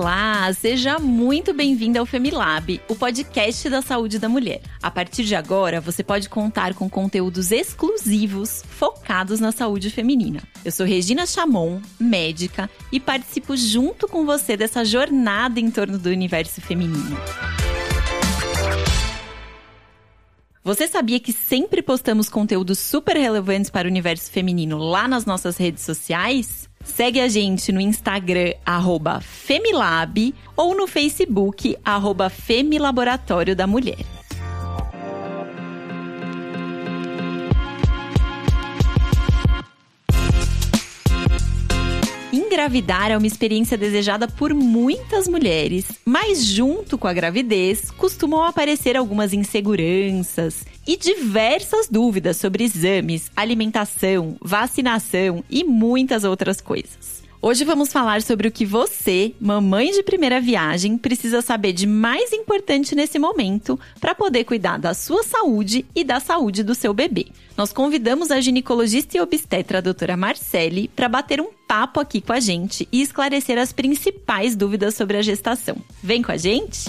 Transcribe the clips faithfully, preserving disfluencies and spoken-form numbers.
Olá, seja muito bem-vinda ao Femilab, o podcast da saúde da mulher. A partir de agora, você pode contar com conteúdos exclusivos focados na saúde feminina. Eu sou Regina Chamon, médica, e participo junto com você dessa jornada em torno do universo feminino. Você sabia que sempre postamos conteúdos super relevantes para o universo feminino lá nas nossas redes sociais? Segue a gente no Instagram, arroba Femilab, ou no Facebook, arroba Femilaboratório da Mulher. Engravidar é uma experiência desejada por muitas mulheres, mas junto com a gravidez, costumam aparecer algumas inseguranças e diversas dúvidas sobre exames, alimentação, vacinação e muitas outras coisas. Hoje vamos falar sobre o que você, mamãe de primeira viagem, precisa saber de mais importante nesse momento para poder cuidar da sua saúde e da saúde do seu bebê. Nós convidamos a ginecologista e obstetra a doutora Marcele para bater um papo aqui com a gente e esclarecer as principais dúvidas sobre a gestação. Vem com a gente?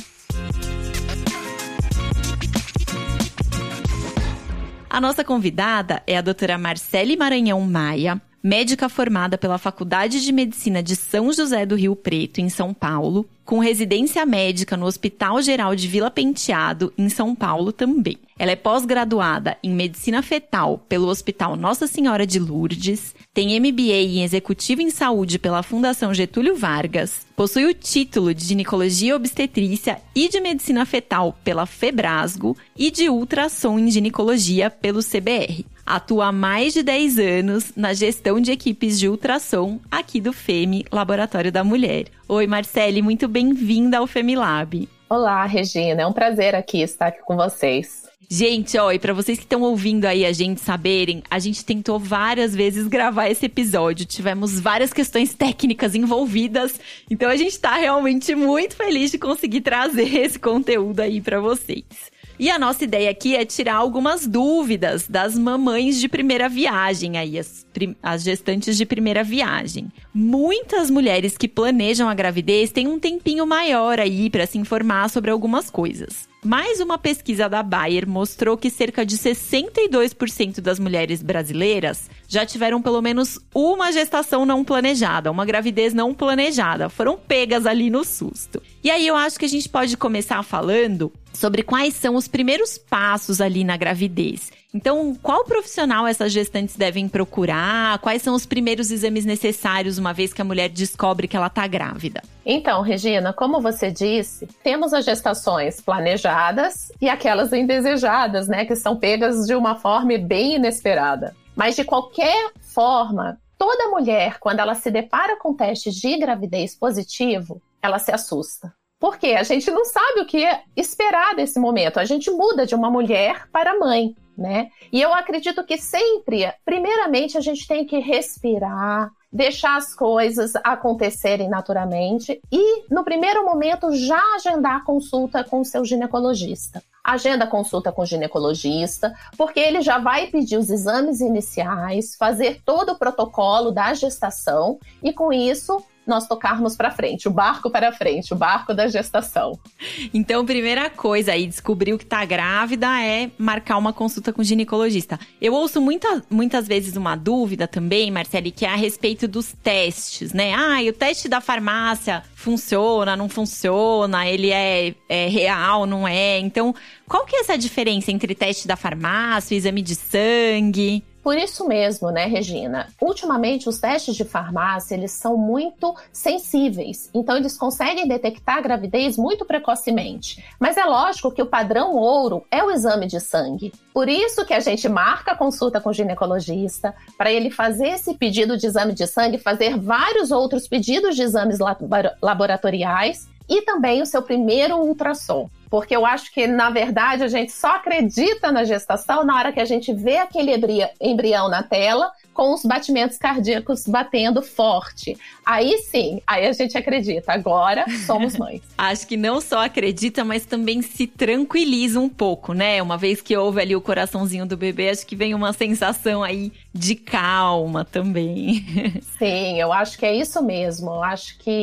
A nossa convidada é a doutora Marcele Maranhão Maia, médica formada pela Faculdade de Medicina de São José do Rio Preto, em São Paulo, com residência médica no Hospital Geral de Vila Penteado, em São Paulo também. Ela é pós-graduada em Medicina Fetal pelo Hospital Nossa Senhora de Lourdes, tem M B A em Executivo em Saúde pela Fundação Getúlio Vargas, possui o título de Ginecologia e Obstetrícia e de Medicina Fetal pela Febrasgo e de Ultrassom em Ginecologia pelo C B R. Atua há mais de dez anos na gestão de equipes de ultrassom aqui do Femi, Laboratório da Mulher. Oi, Marcele, muito bem-vinda ao Femilab. Olá, Regina, é um prazer aqui estar aqui com vocês. Gente, ó, e pra vocês que estão ouvindo aí a gente saberem, a gente tentou várias vezes gravar esse episódio, tivemos várias questões técnicas envolvidas, então a gente tá realmente muito feliz de conseguir trazer esse conteúdo aí pra vocês. E a nossa ideia aqui é tirar algumas dúvidas das mamães de primeira viagem, aí, as, as gestantes de primeira viagem. Muitas mulheres que planejam a gravidez têm um tempinho maior aí para se informar sobre algumas coisas. Mais uma pesquisa da Bayer mostrou que cerca de sessenta e dois por cento das mulheres brasileiras já tiveram pelo menos uma gestação não planejada, uma gravidez não planejada, foram pegas ali no susto. E aí eu acho que a gente pode começar falando sobre quais são os primeiros passos ali na gravidez. Então, qual profissional essas gestantes devem procurar? Quais são os primeiros exames necessários uma vez que a mulher descobre que ela está grávida? Então, Regina, como você disse, temos as gestações planejadas e aquelas indesejadas, né, que são pegas de uma forma bem inesperada. Mas, de qualquer forma, toda mulher, quando ela se depara com testes de gravidez positivo, ela se assusta. Porque a gente não sabe o que esperar desse momento. A gente muda de uma mulher para mãe, né? E eu acredito que sempre, primeiramente, a gente tem que respirar, deixar as coisas acontecerem naturalmente e, no primeiro momento, já agendar a consulta com o seu ginecologista. Agenda a consulta com o ginecologista, porque ele já vai pedir os exames iniciais, fazer todo o protocolo da gestação e, com isso, nós tocarmos para frente, o barco para frente, o barco da gestação. Então, primeira coisa aí, descobriu que tá grávida é marcar uma consulta com o ginecologista. Eu ouço muita, muitas vezes uma dúvida também, Marcele, que é a respeito dos testes, né? Ah, e o teste da farmácia funciona, não funciona, ele é, é real, não é? Então, qual que é essa diferença entre teste da farmácia e exame de sangue? Por isso mesmo, né, Regina? Ultimamente, os testes de farmácia, eles são muito sensíveis. Então, eles conseguem detectar a gravidez muito precocemente. Mas é lógico que o padrão ouro é o exame de sangue. Por isso que a gente marca a consulta com o ginecologista, para ele fazer esse pedido de exame de sangue, fazer vários outros pedidos de exames laboratoriais e também o seu primeiro ultrassom. Porque eu acho que, na verdade, a gente só acredita na gestação na hora que a gente vê aquele embrião na tela com os batimentos cardíacos batendo forte. Aí sim, aí a gente acredita. Agora somos mães. Acho que não só acredita, mas também se tranquiliza um pouco, né? Uma vez que ouve ali o coraçãozinho do bebê, acho que vem uma sensação aí de calma também. Sim, eu acho que é isso mesmo. Eu acho que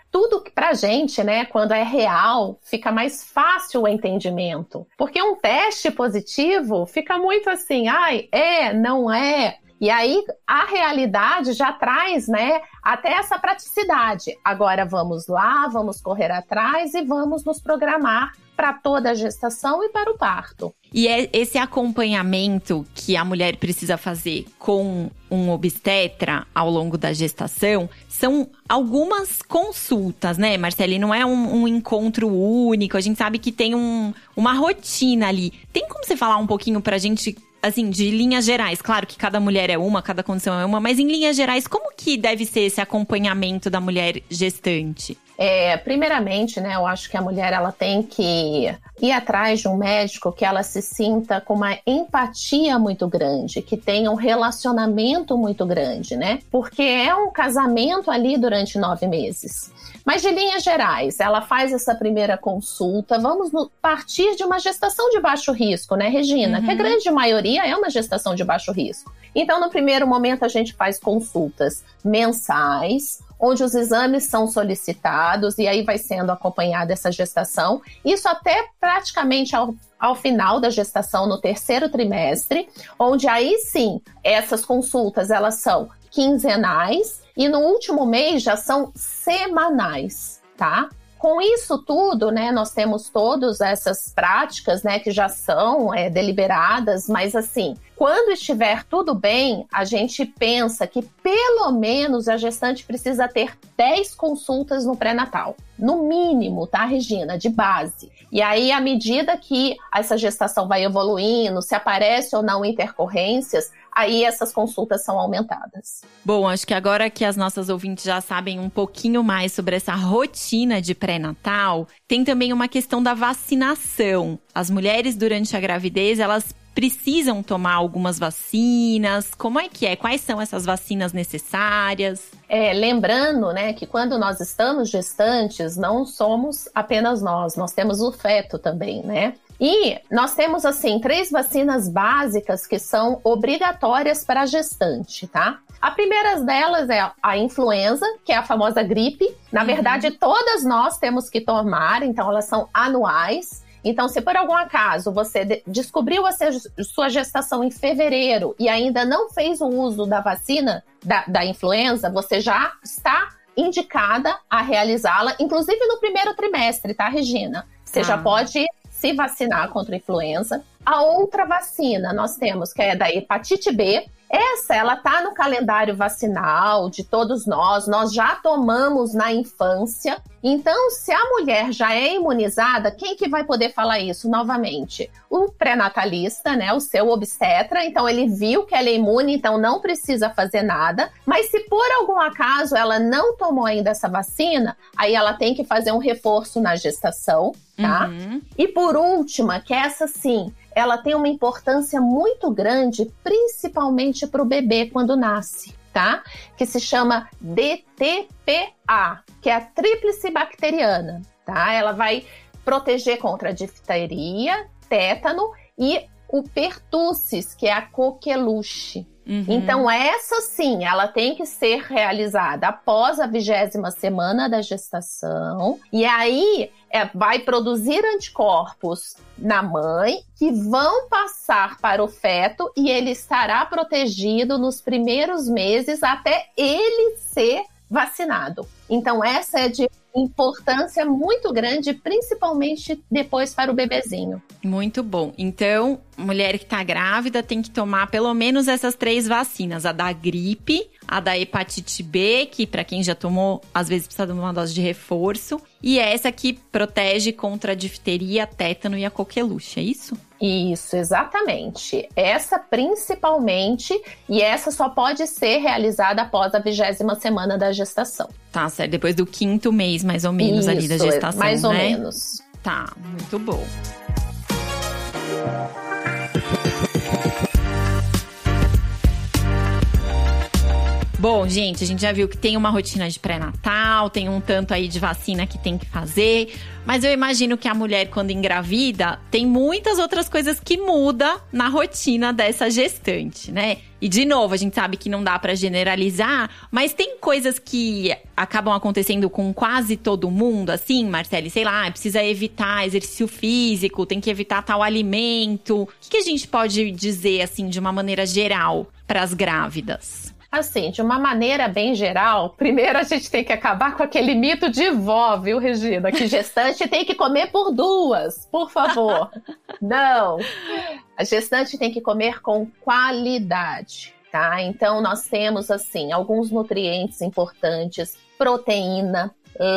tudo que pra gente, né, quando é real, fica mais fácil o entendimento. Porque um teste positivo fica muito assim, ai, é, não é. E aí a realidade já traz, né, até essa praticidade. Agora vamos lá, vamos correr atrás e vamos nos programar para toda a gestação e para o parto. E é esse acompanhamento que a mulher precisa fazer com um obstetra ao longo da gestação são algumas consultas, né, Marcele? Não é um, um encontro único, a gente sabe que tem um, uma rotina ali. Tem como você falar um pouquinho pra gente, assim, de linhas gerais? Claro que cada mulher é uma, cada condição é uma, mas em linhas gerais, como que deve ser esse acompanhamento da mulher gestante? É, primeiramente, né, eu acho que a mulher ela tem que ir atrás de um médico que ela se sinta com uma empatia muito grande, que tenha um relacionamento muito grande, né? Porque é um casamento ali durante nove meses. Mas de linhas gerais, ela faz essa primeira consulta, vamos no, partir de uma gestação de baixo risco, né, Regina? Uhum. Que a grande maioria é uma gestação de baixo risco. Então, no primeiro momento, a gente faz consultas mensais, onde os exames são solicitados e aí vai sendo acompanhada essa gestação. Isso até praticamente ao, ao final da gestação, no terceiro trimestre, onde aí sim, essas consultas elas são quinzenais e no último mês já são semanais, tá? Com isso tudo, né, nós temos todas essas práticas, né, que já são é, deliberadas, mas assim, quando estiver tudo bem, a gente pensa que pelo menos a gestante precisa ter dez consultas no pré-natal. No mínimo, tá, Regina? De base. E aí, à medida que essa gestação vai evoluindo, se aparece ou não intercorrências, aí essas consultas são aumentadas. Bom, acho que agora que as nossas ouvintes já sabem um pouquinho mais sobre essa rotina de pré-natal, tem também uma questão da vacinação. As mulheres, durante a gravidez, elas precisam tomar algumas vacinas? Como é que é? Quais são essas vacinas necessárias? É, lembrando, né, que quando nós estamos gestantes, não somos apenas nós, nós temos o feto também, né? E nós temos, assim, três vacinas básicas que são obrigatórias para a gestante, tá? A primeira delas é a influenza, que é a famosa gripe. Na uhum. verdade, todas nós temos que tomar, então elas são anuais. Então, se por algum acaso você de- descobriu a se- sua gestação em fevereiro e ainda não fez o uso da vacina da, da influenza, você já está indicada a realizá-la, inclusive no primeiro trimestre, tá, Regina? Você ah. já pode se vacinar contra a influenza. A outra vacina nós temos, que é da hepatite B. Essa, ela tá no calendário vacinal de todos nós, nós já tomamos na infância. Então, se a mulher já é imunizada, quem que vai poder falar isso novamente? O pré-natalista, né, o seu obstetra, então ele viu que ela é imune, então não precisa fazer nada. Mas se por algum acaso ela não tomou ainda essa vacina, aí ela tem que fazer um reforço na gestação, tá? Uhum. E por última, que essa sim, ela tem uma importância muito grande, principalmente para o bebê quando nasce, tá? Que se chama D T P A, que é a tríplice bacteriana, tá? Ela vai proteger contra a difteria, tétano e o pertussis, que é a coqueluche. Uhum. Então, essa sim, ela tem que ser realizada após a vigésima semana da gestação. E aí, é, vai produzir anticorpos na mãe que vão passar para o feto e ele estará protegido nos primeiros meses até ele ser vacinado. Então, essa é de importância muito grande, principalmente depois para o bebezinho. Muito bom. Então, mulher que está grávida tem que tomar pelo menos essas três vacinas. A da gripe, a da hepatite B, que para quem já tomou, às vezes precisa de uma dose de reforço. E essa que protege contra a difteria, tétano e a coqueluche, é isso? Isso, exatamente. Essa principalmente, e essa só pode ser realizada após a vigésima semana da gestação. Tá, certo. Depois do quinto mês, mais ou menos, Isso, ali da gestação, mais né? ou menos. Tá, muito bom. Bom, gente, a gente já viu que tem uma rotina de pré-natal, tem um tanto aí de vacina que tem que fazer. Mas eu imagino que a mulher, quando engravida, tem muitas outras coisas que mudam na rotina dessa gestante, né? E, de novo, a gente sabe que não dá pra generalizar, mas tem coisas que acabam acontecendo com quase todo mundo, assim, Marcele? Sei lá, precisa evitar exercício físico, tem que evitar tal alimento. O que, que a gente pode dizer, assim, de uma maneira geral para as grávidas? Assim, de uma maneira bem geral, primeiro a gente tem que acabar com aquele mito de vó, viu, Regina? Que gestante tem que comer por duas, por favor. Não, a gestante tem que comer com qualidade, tá? Então, nós temos, assim, alguns nutrientes importantes, proteína,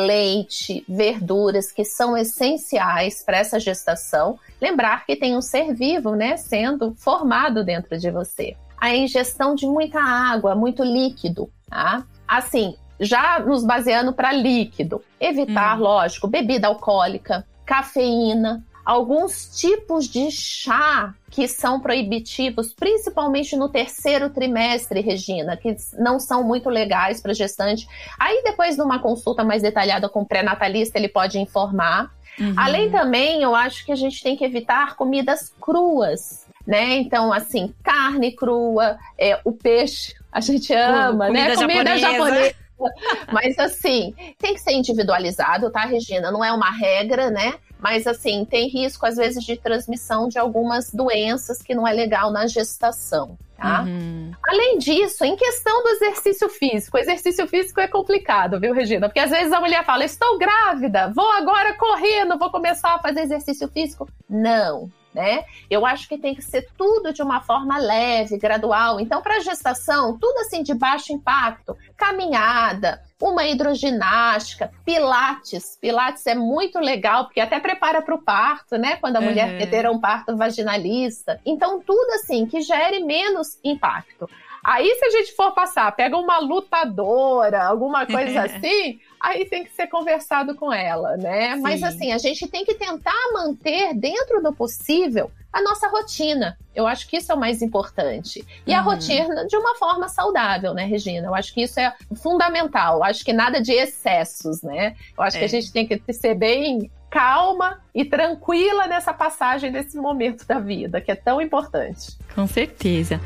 leite, verduras, que são essenciais para essa gestação. Lembrar que tem um ser vivo, né, sendo formado dentro de você. A ingestão de muita água, muito líquido, tá? Assim, já nos baseando para líquido, evitar, hum. lógico, bebida alcoólica, cafeína, alguns tipos de chá que são proibitivos, principalmente no terceiro trimestre, Regina, que não são muito legais para gestante. Aí depois, numa consulta mais detalhada com o pré-natalista, ele pode informar. Uhum. Além também, eu acho que a gente tem que evitar comidas cruas, né? Então, assim, carne crua, é, o peixe, a gente ama, comida né? Comida japonesa. japonesa. Mas, assim, tem que ser individualizado, tá, Regina? Não é uma regra, né? Mas, assim, tem risco, às vezes, de transmissão de algumas doenças que não é legal na gestação, tá? Uhum. Além disso, em questão do exercício físico, o exercício físico é complicado, viu, Regina? Porque, às vezes, a mulher fala, estou grávida, vou agora correndo, vou começar a fazer exercício físico. Não. Né? Eu acho que tem que ser tudo de uma forma leve, gradual. Então, para a gestação, tudo assim de baixo impacto. Caminhada, uma hidroginástica, pilates. Pilates é muito legal, porque até prepara para o parto, né? Quando a uhum. mulher quer ter um parto vaginalista. Então, tudo assim que gere menos impacto. Aí, se a gente for passar, pega uma lutadora, alguma coisa assim, aí tem que ser conversado com ela, né? Sim. Mas assim, a gente tem que tentar manter dentro do possível a nossa rotina. Eu acho que isso é o mais importante. E uhum. a rotina de uma forma saudável, né, Regina? Eu acho que isso é fundamental. Eu acho que nada de excessos, né? Eu acho é. que a gente tem que ser bem calma e tranquila nessa passagem, nesse momento da vida, que é tão importante. Com certeza.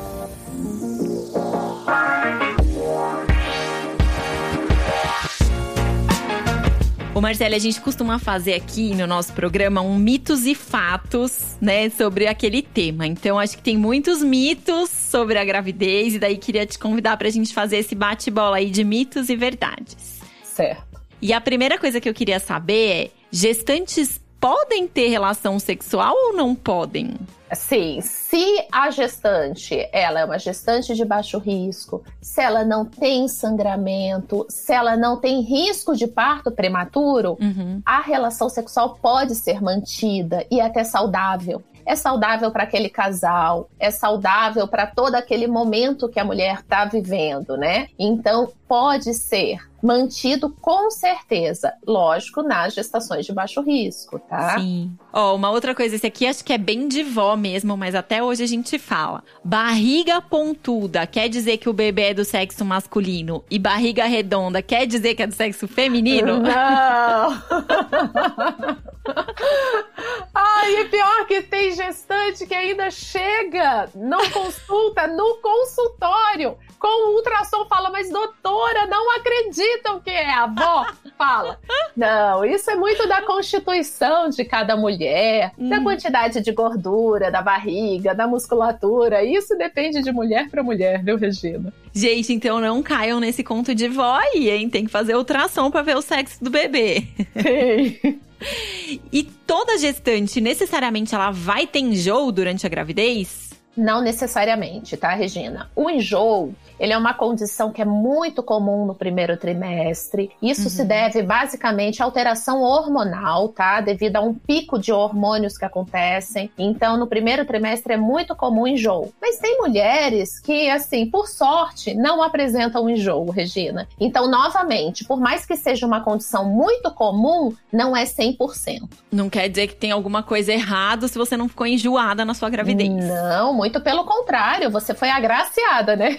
Ô Marcele, a gente costuma fazer aqui no nosso programa um mitos e fatos, né, sobre aquele tema. Então, acho que tem muitos mitos sobre a gravidez e daí queria te convidar pra gente fazer esse bate-bola aí de mitos e verdades. Certo. E a primeira coisa que eu queria saber é, gestantes podem ter relação sexual ou não podem? Sim, se a gestante, ela é uma gestante de baixo risco, se ela não tem sangramento, se ela não tem risco de parto prematuro, uhum. a relação sexual pode ser mantida e até saudável. É saudável para aquele casal, é saudável para todo aquele momento que a mulher está vivendo, né? Então, pode ser mantido com certeza, lógico, nas gestações de baixo risco, tá? Sim. Ó, oh, uma outra coisa, esse aqui acho que é bem de vó mesmo, mas até hoje a gente fala. Barriga pontuda quer dizer que o bebê é do sexo masculino e barriga redonda quer dizer que é do sexo feminino? Não! Ai, e pior que tem gestante que ainda chega, não consulta, no consultório, com o ultrassom, fala, mas doutora, não acreditam que é a avó? Fala. Não, isso é muito da constituição de cada mulher, hum. da quantidade de gordura, da barriga, da musculatura, isso depende de mulher para mulher, viu, Regina? Gente, então não caiam nesse conto de vó aí, hein? Tem que fazer ultrassom para ver o sexo do bebê. Sim. E toda gestante, necessariamente, ela vai ter enjoo durante a gravidez? Não necessariamente, tá, Regina? O enjoo, ele é uma condição que é muito comum no primeiro trimestre. Isso uhum. se deve, basicamente, à alteração hormonal, tá? Devido a um pico de hormônios que acontecem. Então, no primeiro trimestre é muito comum enjoo. Mas tem mulheres que, assim, por sorte, não apresentam enjoo, Regina. Então, novamente, por mais que seja uma condição muito comum, não é cem por cento. Não quer dizer que tem alguma coisa errada se você não ficou enjoada na sua gravidez. Não, muito pelo contrário, você foi agraciada, né?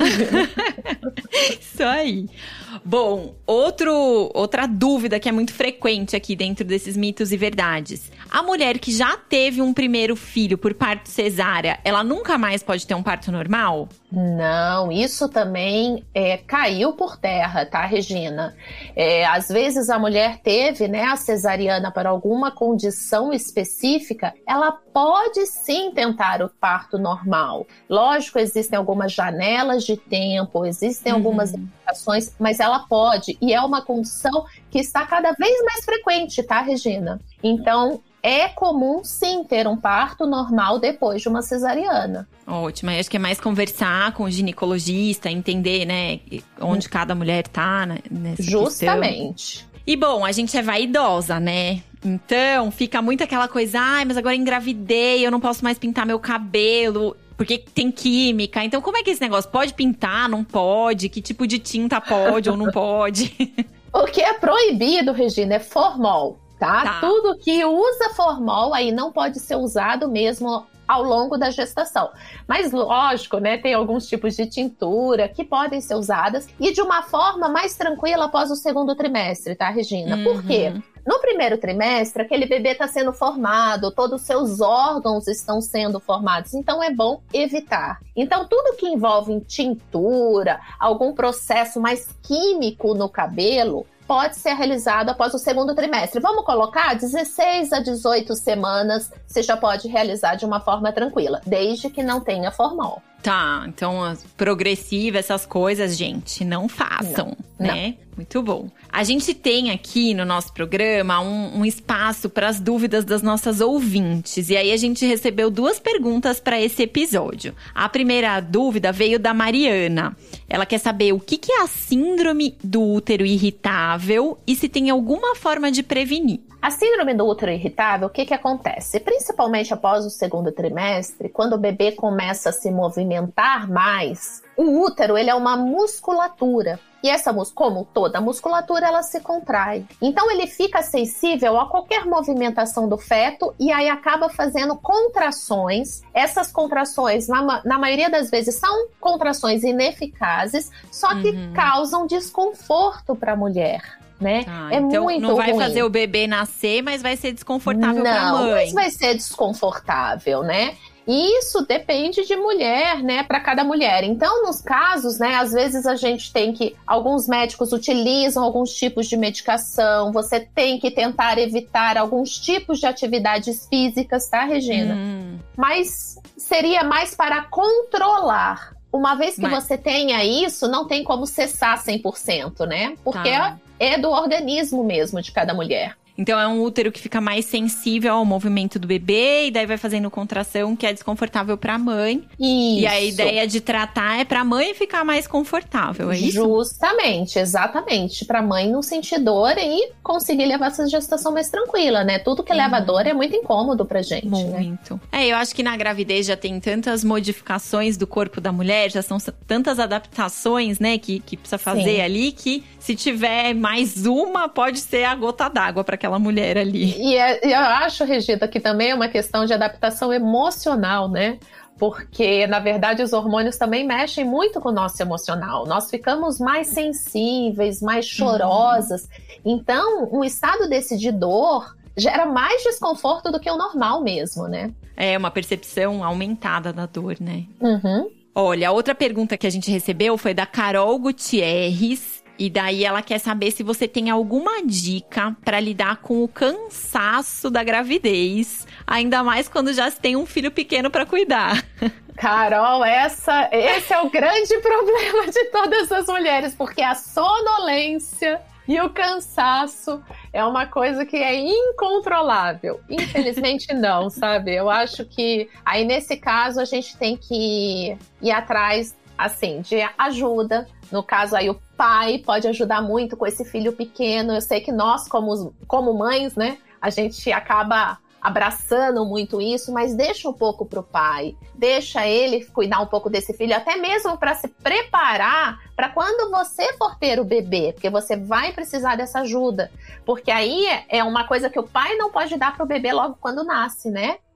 Isso aí. Bom, outro, outra dúvida que é muito frequente aqui dentro desses mitos e verdades. A mulher que já teve um primeiro filho por parto cesárea, ela nunca mais pode ter um parto normal? Não, isso também é, caiu por terra, tá, Regina? É, às vezes a mulher teve, né, a cesariana para alguma condição específica, ela pode sim tentar o parto normal. Lógico, existem algumas janelas de tempo, existem uhum. algumas limitações, mas ela pode, e é uma condição que está cada vez mais frequente, tá, Regina? Então, é comum sim ter um parto normal depois de uma cesariana. Ótimo, acho que é mais conversar com o ginecologista, entender, né, onde hum. cada mulher tá, né, nessa Justamente. Questão. E bom, a gente é vaidosa, né? Então, fica muito aquela coisa, ai, mas agora engravidei, eu não posso mais pintar meu cabelo, porque tem química. Então, como é que é esse negócio? Pode pintar, não pode? Que tipo de tinta pode ou não pode? O que é proibido, Regina, é formol. Tá? Tá. Tudo que usa formol aí não pode ser usado mesmo ao longo da gestação. Mas lógico, né, tem alguns tipos de tintura que podem ser usadas e de uma forma mais tranquila após o segundo trimestre, tá, Regina? Uhum. Por quê? No primeiro trimestre, aquele bebê está sendo formado, todos os seus órgãos estão sendo formados, então é bom evitar. Então, tudo que envolve tintura, algum processo mais químico no cabelo, pode ser realizado após o segundo trimestre. Vamos colocar dezesseis a dezoito semanas, você já pode realizar de uma forma tranquila, desde que não tenha formol. Tá, então progressiva, essas coisas, gente, não façam, não, né? Não. Muito bom. A gente tem aqui no nosso programa um, um espaço para as dúvidas das nossas ouvintes. E aí a gente recebeu duas perguntas para esse episódio. A primeira dúvida veio da Mariana. Ela quer saber o que, que é a síndrome do útero irritável e se tem alguma forma de prevenir. A síndrome do útero irritável, o que que acontece? Principalmente após o segundo trimestre, quando o bebê começa a se movimentar mais, o útero, ele é uma musculatura. E essa, como toda musculatura, ela se contrai. Então, ele fica sensível a qualquer movimentação do feto e aí acaba fazendo contrações. Essas contrações, na, na maioria das vezes, são contrações ineficazes, só que uhum. causam desconforto para a mulher. Né? Tá, é então muito não vai ruim. fazer o bebê nascer, mas vai ser desconfortável para a mãe. Não, mas vai ser desconfortável, né? E isso depende de mulher, né? Para cada mulher. Então, nos casos, né? Às vezes a gente tem que... Alguns médicos utilizam alguns tipos de medicação. Você tem que tentar evitar alguns tipos de atividades físicas, tá, Regina? Hum. Mas seria mais para controlar. Uma vez que Mas... você tenha isso, não tem como cessar cem por cento, né? Porque tá. é do organismo mesmo de cada mulher. Então é um útero que fica mais sensível ao movimento do bebê e daí vai fazendo contração que é desconfortável para a mãe. Isso. E a ideia de tratar é para a mãe ficar mais confortável, é isso? Justamente, exatamente. Para a mãe não sentir dor e conseguir levar essa gestação mais tranquila, né? Tudo que uhum. leva dor é muito incômodo pra gente, muito. Né? É, eu acho que na gravidez já tem tantas modificações do corpo da mulher, já são tantas adaptações, né, que, que precisa fazer Sim. ali, que se tiver mais uma, pode ser a gota d'água para aquela mulher ali. E é, eu acho, Regina, que também é uma questão de adaptação emocional, né? Porque, na verdade, os hormônios também mexem muito com o nosso emocional. Nós ficamos mais sensíveis, mais chorosas. Uhum. Então, um estado desse de dor gera mais desconforto do que o normal mesmo, né? É uma percepção aumentada da dor, né? Uhum. Olha, a outra pergunta que a gente recebeu foi da Carol Gutierrez. E daí ela quer saber se você tem alguma dica para lidar com o cansaço da gravidez, ainda mais quando já se tem um filho pequeno para cuidar. Carol, essa, esse é o grande problema de todas as mulheres, porque a sonolência e o cansaço é uma coisa que é incontrolável. Infelizmente não, sabe? Eu acho que aí nesse caso a gente tem que ir atrás, assim, de ajuda. No caso aí o pai pode ajudar muito com esse filho pequeno. Eu sei que nós como, como mães, né, a gente acaba abraçando muito isso, mas deixa um pouco pro pai, deixa ele cuidar um pouco desse filho, até mesmo para se preparar para quando você for ter o bebê, porque você vai precisar dessa ajuda, porque aí é uma coisa que o pai não pode dar pro bebê logo quando nasce, né?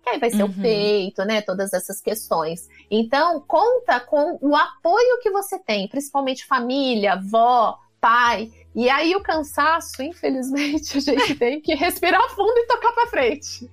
que aí vai ser uhum. o peito, né? Todas essas questões. Então, conta com o apoio que você tem, principalmente família, avó, pai. E aí o cansaço, infelizmente, a gente tem que respirar fundo e tocar pra frente.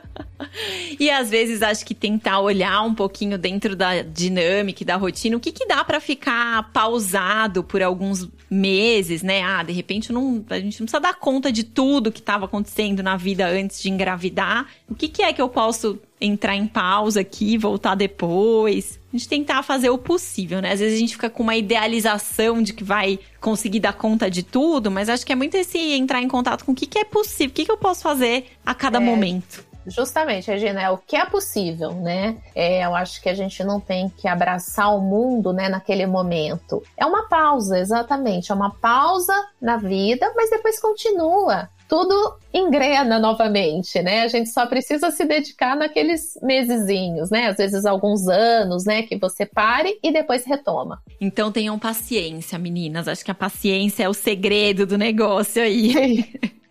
E às vezes acho que tentar olhar um pouquinho dentro da dinâmica e da rotina, o que que dá pra ficar pausado por alguns meses, né? Ah, de repente não, a gente não precisa dar conta de tudo que estava acontecendo na vida antes de engravidar. O que que é que eu posso entrar em pausa aqui, voltar depois? A gente tentar fazer o possível, né? Às vezes a gente fica com uma idealização de que vai conseguir dar conta de tudo, mas acho que é muito esse entrar em contato com o que que é possível, o que que eu posso fazer a cada é. momento. Justamente, Regina, é o que é possível, né? É, eu acho que a gente não tem que abraçar o mundo, né, naquele momento. É uma pausa, exatamente. É uma pausa na vida, mas depois continua. Tudo engrena novamente, né? A gente só precisa se dedicar naqueles mesezinhos, né? Às vezes alguns anos, né? Que você pare e depois retoma. Então tenham paciência, meninas. Acho que a paciência é o segredo do negócio aí. Sim.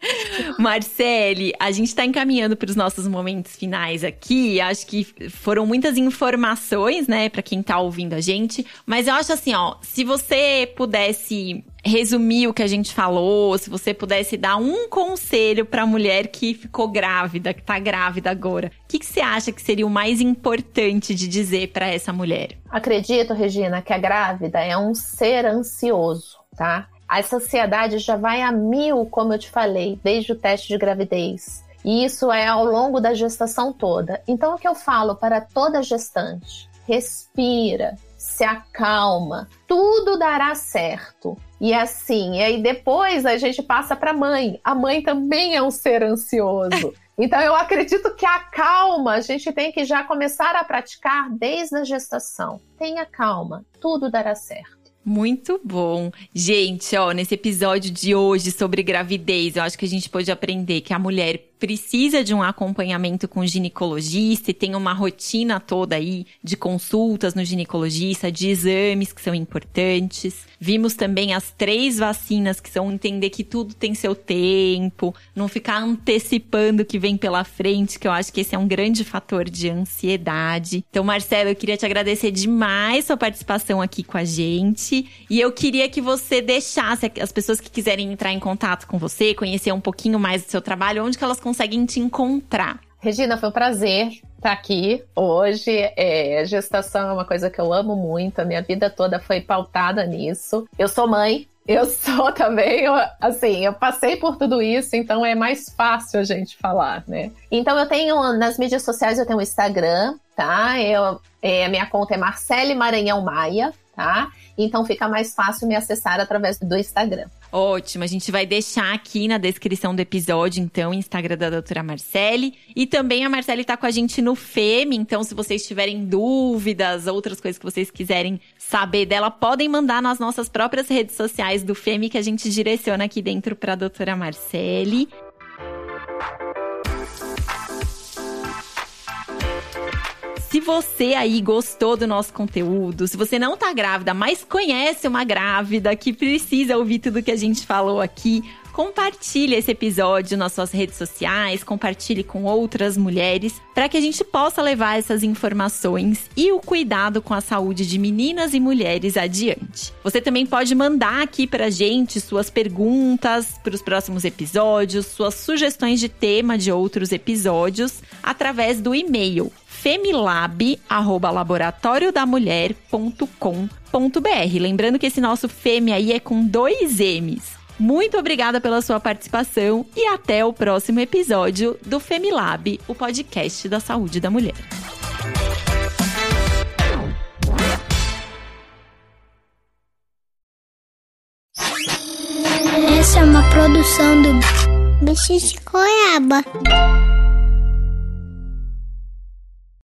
Marcele, a gente está encaminhando para os nossos momentos finais aqui. Acho que foram muitas informações, né, para quem está ouvindo a gente. Mas eu acho assim, ó, se você pudesse resumir o que a gente falou, se você pudesse dar um conselho para a mulher que ficou grávida, que está grávida agora, o que, que você acha que seria o mais importante de dizer para essa mulher? Acredito, Regina, que a grávida é um ser ansioso, tá? A ansiedade já vai a mil, como eu te falei, desde o teste de gravidez. E isso é ao longo da gestação toda. Então, o que eu falo para toda gestante? Respira, se acalma, tudo dará certo. E assim, e aí depois a gente passa para a mãe. A mãe também é um ser ansioso. Então, eu acredito que a calma a gente tem que já começar a praticar desde a gestação. Tenha calma, tudo dará certo. Muito bom. Gente, ó, nesse episódio de hoje sobre gravidez, eu acho que a gente pôde aprender que a mulher precisa de um acompanhamento com o ginecologista e tem uma rotina toda aí de consultas no ginecologista, de exames que são importantes. Vimos também as três vacinas que são entender que tudo tem seu tempo, não ficar antecipando o que vem pela frente, que eu acho que esse é um grande fator de ansiedade. Então, Marcela, eu queria te agradecer demais sua participação aqui com a gente. E eu queria que você deixasse as pessoas que quiserem entrar em contato com você, conhecer um pouquinho mais do seu trabalho, onde que elas conseguem te encontrar. Regina, foi um prazer estar aqui hoje. É, gestação é uma coisa que eu amo muito, a minha vida toda foi pautada nisso. Eu sou mãe, eu sou também, eu, assim, eu passei por tudo isso, então é mais fácil a gente falar, né? Então eu tenho, nas mídias sociais eu tenho o Instagram, tá? Eu, é, a minha conta é Marcele Maranhão Maia, tá? Então fica mais fácil me acessar através do Instagram. Ótimo, a gente vai deixar aqui na descrição do episódio, então, o Instagram da doutora Marcele. E também a Marcele tá com a gente no F E M, então se vocês tiverem dúvidas, outras coisas que vocês quiserem saber dela, podem mandar nas nossas próprias redes sociais do F E M, que a gente direciona aqui dentro pra doutora Marcele. Se você aí gostou do nosso conteúdo, se você não tá grávida, mas conhece uma grávida que precisa ouvir tudo que a gente falou aqui, compartilhe esse episódio nas suas redes sociais, compartilhe com outras mulheres, para que a gente possa levar essas informações e o cuidado com a saúde de meninas e mulheres adiante. Você também pode mandar aqui pra gente suas perguntas para os próximos episódios, suas sugestões de tema de outros episódios, através do e-mail femilab arroba laboratório da mulher ponto com ponto b r. Lembrando que esse nosso Femi aí é com dois M's. Muito obrigada pela sua participação e até o próximo episódio do Femilab, o podcast da saúde da mulher. Essa é uma produção do Bicho de Goiaba.